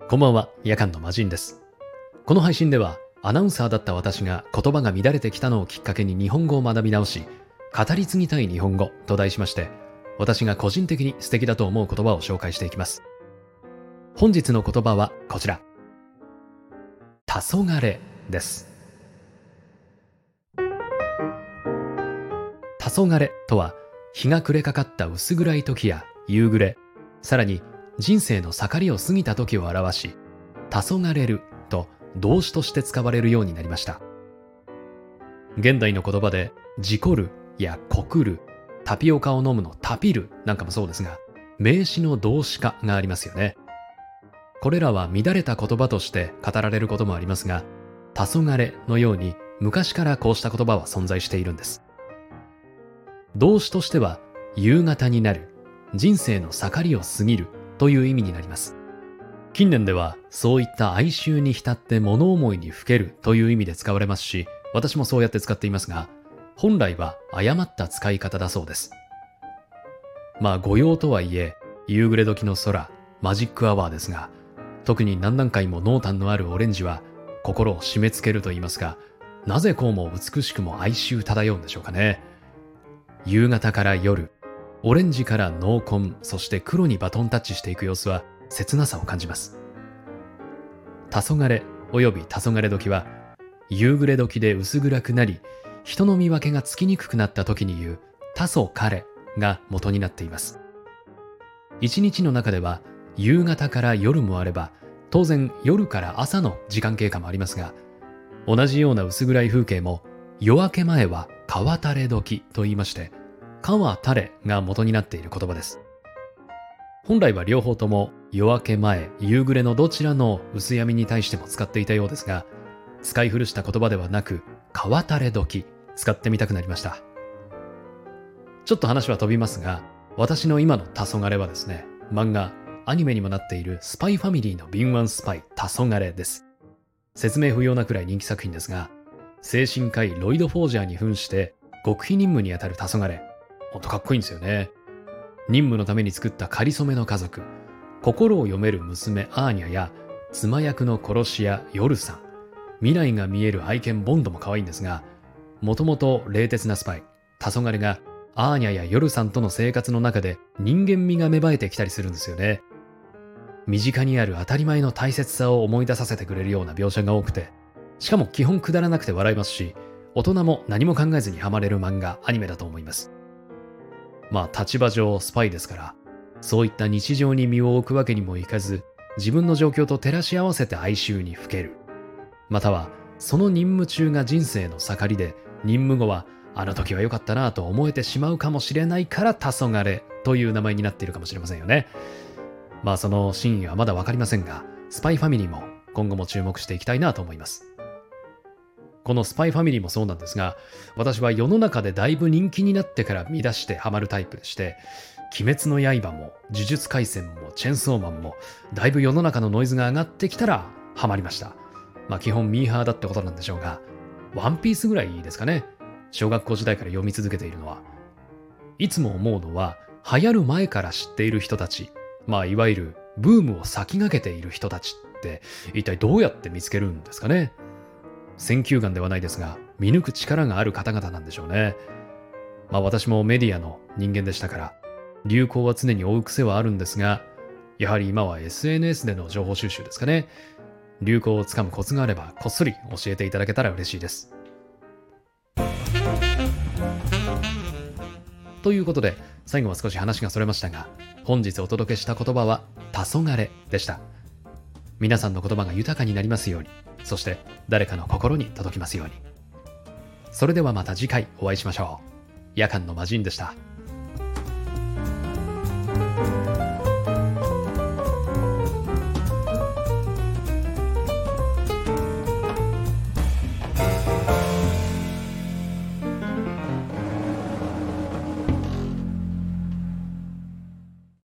こんばんは、夜間の魔人です。この配信では、アナウンサーだった私が言葉が乱れてきたのをきっかけに日本語を学び直し、語り継ぎたい日本語と題しまして、私が個人的に素敵だと思う言葉を紹介していきます。本日の言葉はこちら。黄昏です。黄昏とは、日が暮れかかった薄暗い時や夕暮れ、さらに人生の盛りを過ぎた時を表し、黄昏ると動詞として使われるようになりました。現代の言葉で事故るや告る、タピオカを飲むのタピるなんかもそうですが、名詞の動詞化がありますよね。これらは乱れた言葉として語られることもありますが、黄昏のように昔からこうした言葉は存在しているんです。動詞としては夕方になる、人生の盛りを過ぎるという意味になります。近年ではそういった哀愁に浸って物思いにふけるという意味で使われますし、私もそうやって使っていますが、本来は誤った使い方だそうです。誤用とはいえ、夕暮れ時の空、マジックアワーですが、特に何段階も濃淡のあるオレンジは心を締め付けると言いますか、なぜこうも美しくも哀愁漂うんでしょうかね。夕方から夜、オレンジから濃紺、そして黒にバトンタッチしていく様子は切なさを感じます。黄昏および黄昏時は、夕暮れ時で薄暗くなり、人の見分けがつきにくくなった時に言う黄昏が元になっています。一日の中では夕方から夜もあれば、当然夜から朝の時間経過もありますが、同じような薄暗い風景も夜明け前は川垂れ時と言いまして、川垂れが元になっている言葉です。本来は両方とも夜明け前、夕暮れのどちらの薄闇に対しても使っていたようですが、使い古した言葉ではなく川垂れ時、使ってみたくなりました。ちょっと話は飛びますが、私の今の黄昏はですね、漫画、アニメにもなっているスパイファミリーの敏腕スパイ、黄昏です。説明不要なくらい人気作品ですが、精神科医ロイド・フォージャーに扮して極秘任務にあたる黄昏、ほんとかっこいいんですよね。任務のために作った仮初めの家族、心を読める娘アーニャや妻役の殺し屋ヨルさん、未来が見える愛犬ボンドも可愛いんですが、もともと冷徹なスパイ、黄昏がアーニャやヨルさんとの生活の中で人間味が芽生えてきたりするんですよね。身近にある当たり前の大切さを思い出させてくれるような描写が多くて、しかも基本くだらなくて笑いますし、大人も何も考えずにハマれる漫画、アニメだと思います。立場上スパイですから、そういった日常に身を置くわけにもいかず、自分の状況と照らし合わせて哀愁にふける。または、その任務中が人生の盛りで、任務後は、あの時は良かったなぁと思えてしまうかもしれないから黄昏という名前になっているかもしれませんよね。その真意はまだわかりませんが、スパイファミリーも今後も注目していきたいなと思います。このスパイファミリーもそうなんですが、私は世の中でだいぶ人気になってから見出してハマるタイプでして、鬼滅の刃も呪術廻戦もチェンソーマンもだいぶ世の中のノイズが上がってきたらハマりました。基本ミーハーだってことなんでしょうが、ワンピースぐらいですかね。小学校時代から読み続けているのは。いつも思うのは、流行る前から知っている人たち、いわゆるブームを先駆けている人たちって一体どうやって見つけるんですかね。選球眼ではないですが、見抜く力がある方々なんでしょうね。私もメディアの人間でしたから、流行は常に追う癖はあるんですが、やはり今は SNS での情報収集ですかね。流行をつかむコツがあれば、こっそり教えていただけたら嬉しいです。ということで、最後は少し話がそれましたが、本日お届けした言葉は黄昏でした。皆さんの言葉が豊かになりますように、そして誰かの心に届きますように。それではまた次回お会いしましょう。夜間の魔人でした。